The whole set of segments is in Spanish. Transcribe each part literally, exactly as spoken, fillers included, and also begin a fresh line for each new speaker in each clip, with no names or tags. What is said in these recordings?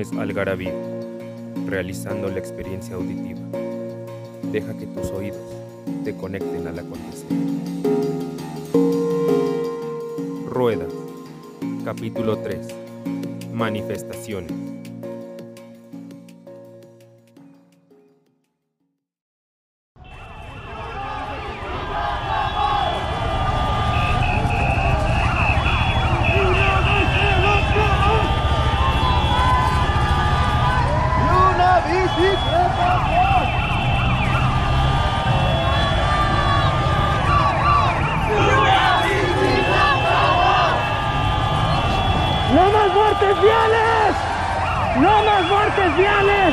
es Algarabía, realizando la experiencia auditiva. Deja que tus oídos te conecten al acontecer. Ruedas, capítulo tres. Manifestaciones.
¡No más muertes viales! ¡No más muertes viales!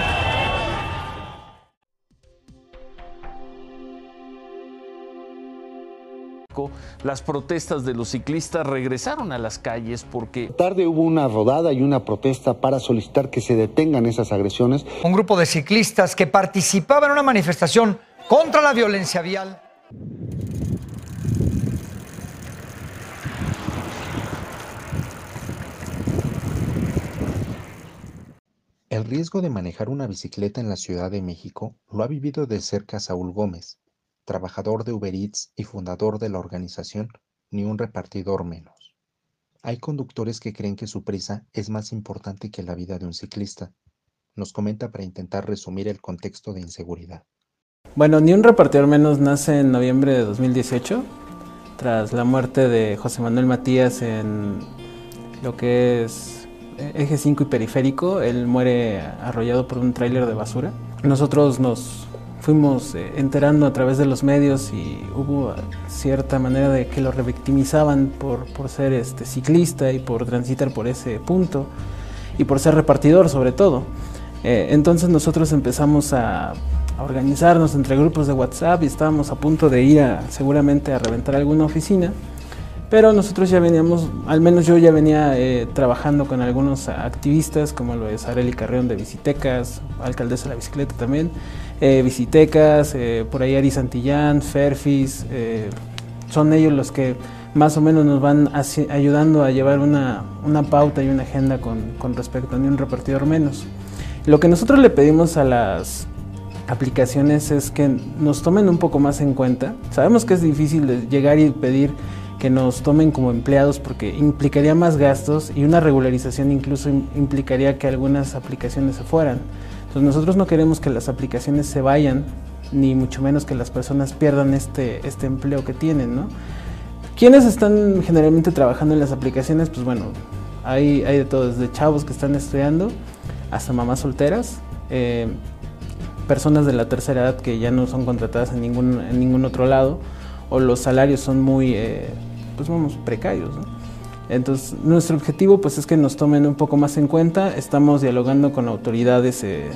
Las protestas de los ciclistas regresaron a las calles porque...
Tarde hubo una rodada y una protesta para solicitar que se detengan esas agresiones.
Un grupo de ciclistas que participaba en una manifestación contra la violencia vial.
El riesgo de manejar una bicicleta en la Ciudad de México lo ha vivido de cerca Saúl Gómez, trabajador de Uber Eats y fundador de la organización Ni un repartidor menos. Hay conductores que creen que su prisa es más importante que la vida de un ciclista. Nos comenta para intentar resumir el contexto de inseguridad.
Bueno, Ni un repartidor menos nace en noviembre de dos mil dieciocho, tras la muerte de José Manuel Matías en lo que es Eje cinco y Periférico. Él muere arrollado por un tráiler de basura. Nosotros nos fuimos enterando a través de los medios y hubo cierta manera de que lo revictimizaban por, por ser este, ciclista y por transitar por ese punto y por ser repartidor sobre todo. Eh, entonces nosotros empezamos a, a organizarnos entre grupos de WhatsApp y estábamos a punto de ir a, seguramente a reventar alguna oficina. Pero nosotros ya veníamos, al menos yo ya venía eh, trabajando con algunos activistas, como lo es Arely Carreón de Bicitecas, alcaldesa de la bicicleta también, eh, Bicitecas, eh, por ahí Ari Santillán, Ferfis, eh, son ellos los que más o menos nos van así, ayudando a llevar una, una pauta y una agenda con, con respecto a Ni un repartidor menos. Lo que nosotros le pedimos a las aplicaciones es que nos tomen un poco más en cuenta. Sabemos que es difícil de llegar y pedir que nos tomen como empleados porque implicaría más gastos y una regularización incluso implicaría que algunas aplicaciones se fueran. Entonces nosotros no queremos que las aplicaciones se vayan, ni mucho menos que las personas pierdan este, este empleo que tienen, ¿no? ¿Quiénes están generalmente trabajando en las aplicaciones? Pues bueno, hay, hay de todo, desde chavos que están estudiando hasta mamás solteras, eh, personas de la tercera edad que ya no son contratadas en ningún, en ningún otro lado, o los salarios son muy, eh, pues vamos, precarios, ¿no? Entonces, nuestro objetivo pues es que nos tomen un poco más en cuenta. Estamos dialogando con autoridades, eh,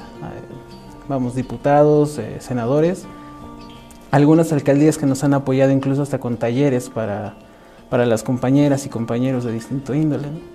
vamos, diputados, eh, senadores, algunas alcaldías que nos han apoyado incluso hasta con talleres para, para las compañeras y compañeros de distinto índole, ¿no?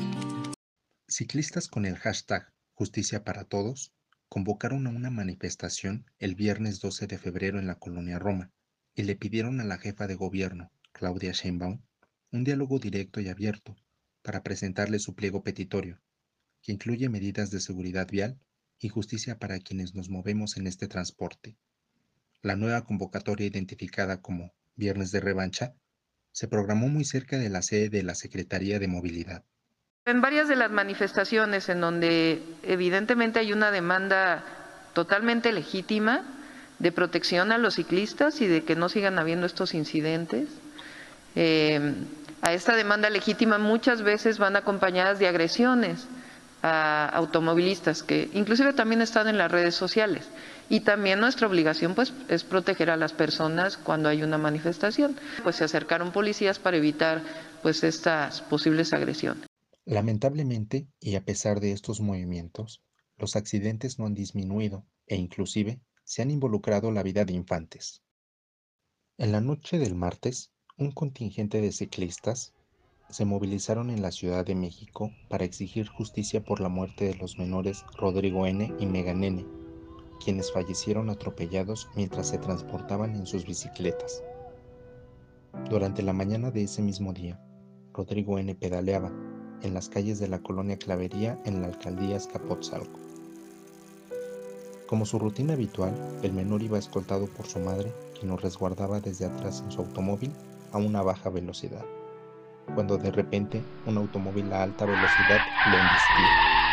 Ciclistas con el hashtag Justicia para Todos convocaron a una manifestación el viernes doce de febrero en la colonia Roma y le pidieron a la jefa de gobierno, Claudia Sheinbaum, un diálogo directo y abierto para presentarle su pliego petitorio, que incluye medidas de seguridad vial y justicia para quienes nos movemos en este transporte. La nueva convocatoria, identificada como Viernes de Revancha, se programó muy cerca de la sede de la Secretaría de Movilidad.
En varias de las manifestaciones en donde evidentemente hay una demanda totalmente legítima de protección a los ciclistas y de que no sigan habiendo estos incidentes, eh, a esta demanda legítima muchas veces van acompañadas de agresiones a automovilistas que inclusive también están en las redes sociales. Y también nuestra obligación pues es proteger a las personas cuando hay una manifestación. Pues se acercaron policías para evitar pues estas posibles agresiones.
Lamentablemente, y a pesar de estos movimientos, los accidentes no han disminuido e inclusive se han involucrado la vida de infantes. En la noche del martes, un contingente de ciclistas se movilizaron en la Ciudad de México para exigir justicia por la muerte de los menores Rodrigo N. y Megan N., quienes fallecieron atropellados mientras se transportaban en sus bicicletas. Durante la mañana de ese mismo día, Rodrigo N. pedaleaba en las calles de la colonia Clavería en la alcaldía Azcapotzalco. Como su rutina habitual, el menor iba escoltado por su madre, quien lo resguardaba desde atrás en su automóvil a una baja velocidad, cuando de repente un automóvil a alta velocidad lo embistía.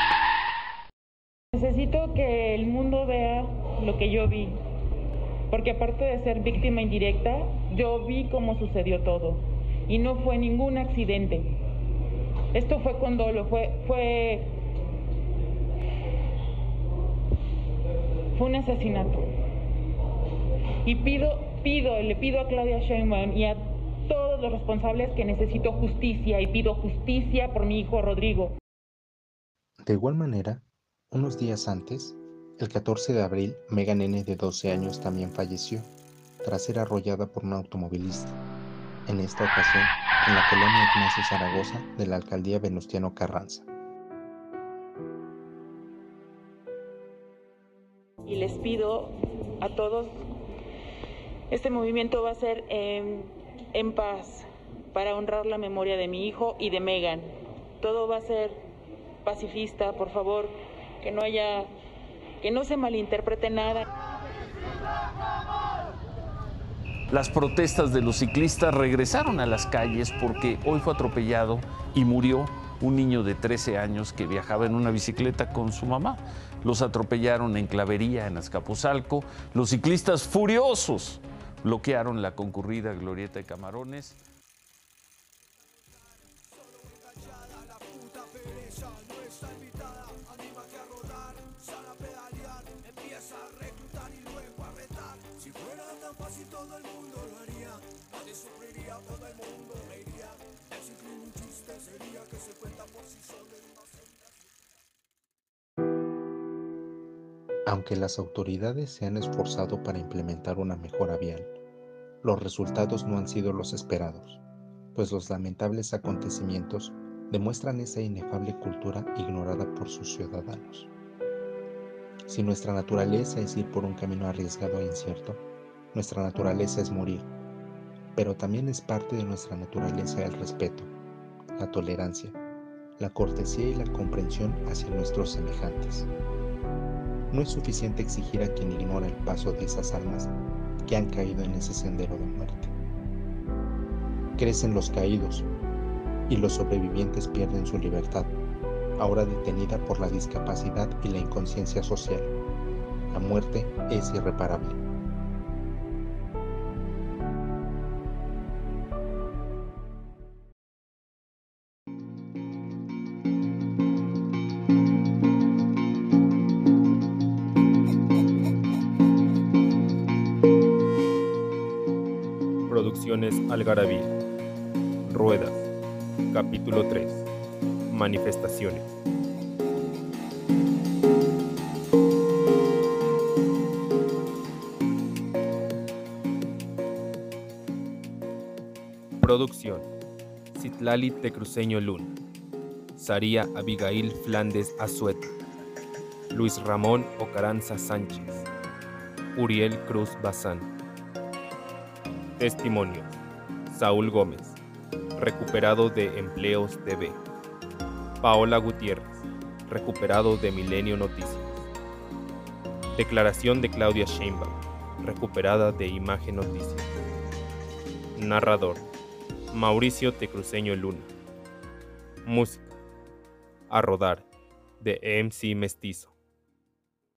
Necesito que el mundo vea lo que yo vi, porque aparte de ser víctima indirecta, yo vi cómo sucedió todo y no fue ningún accidente. Esto fue con dolo, fue fue fue un asesinato. Y pido pido le pido a Claudia Sheinbaum y a todos los responsables que necesito justicia y pido justicia por mi hijo Rodrigo.
De igual manera, unos días antes, el catorce de abril, Megan N. de doce años también falleció, tras ser arrollada por un automovilista, en esta ocasión en la colonia Ignacio Zaragoza de la alcaldía Venustiano Carranza.
Y les pido a todos, este movimiento va a ser en, en paz, para honrar la memoria de mi hijo y de Megan. Todo va a ser pacifista, por favor, que no haya, que no se malinterprete nada.
Las protestas de los ciclistas regresaron a las calles porque hoy fue atropellado y murió un niño de trece años que viajaba en una bicicleta con su mamá. Los atropellaron en Clavería, en Azcapotzalco. Los ciclistas furiosos bloquearon la concurrida glorieta de Camarones.
Aunque las autoridades se han esforzado para implementar una mejora vial, los resultados no han sido los esperados, pues los lamentables acontecimientos demuestran esa inefable cultura ignorada por sus ciudadanos. Si nuestra naturaleza es ir por un camino arriesgado e incierto, nuestra naturaleza es morir, pero también es parte de nuestra naturaleza el respeto, la tolerancia, la cortesía y la comprensión hacia nuestros semejantes. No es suficiente exigir a quien ignora el paso de esas almas que han caído en ese sendero de muerte. Crecen los caídos y los sobrevivientes pierden su libertad, ahora detenida por la discapacidad y la inconsciencia social. La muerte es irreparable.
Producciones Algarabía. Ruedas. Capítulo tres. Manifestaciones. Producción. Citlali Tecruceño Luna. Saría Abigail Flandes Azueta. Luis Ramón Ocaranza Sánchez. Uriel Cruz Bazán. Testimonios. Saúl Gómez. Recuperado de Empleos T V. Paola Gutiérrez. Recuperado de Milenio Noticias. Declaración de Claudia Sheinbaum. Recuperada de Imagen Noticias. Narrador. Mauricio Tecruceño Luna. Música. A rodar. De M C Mestizo.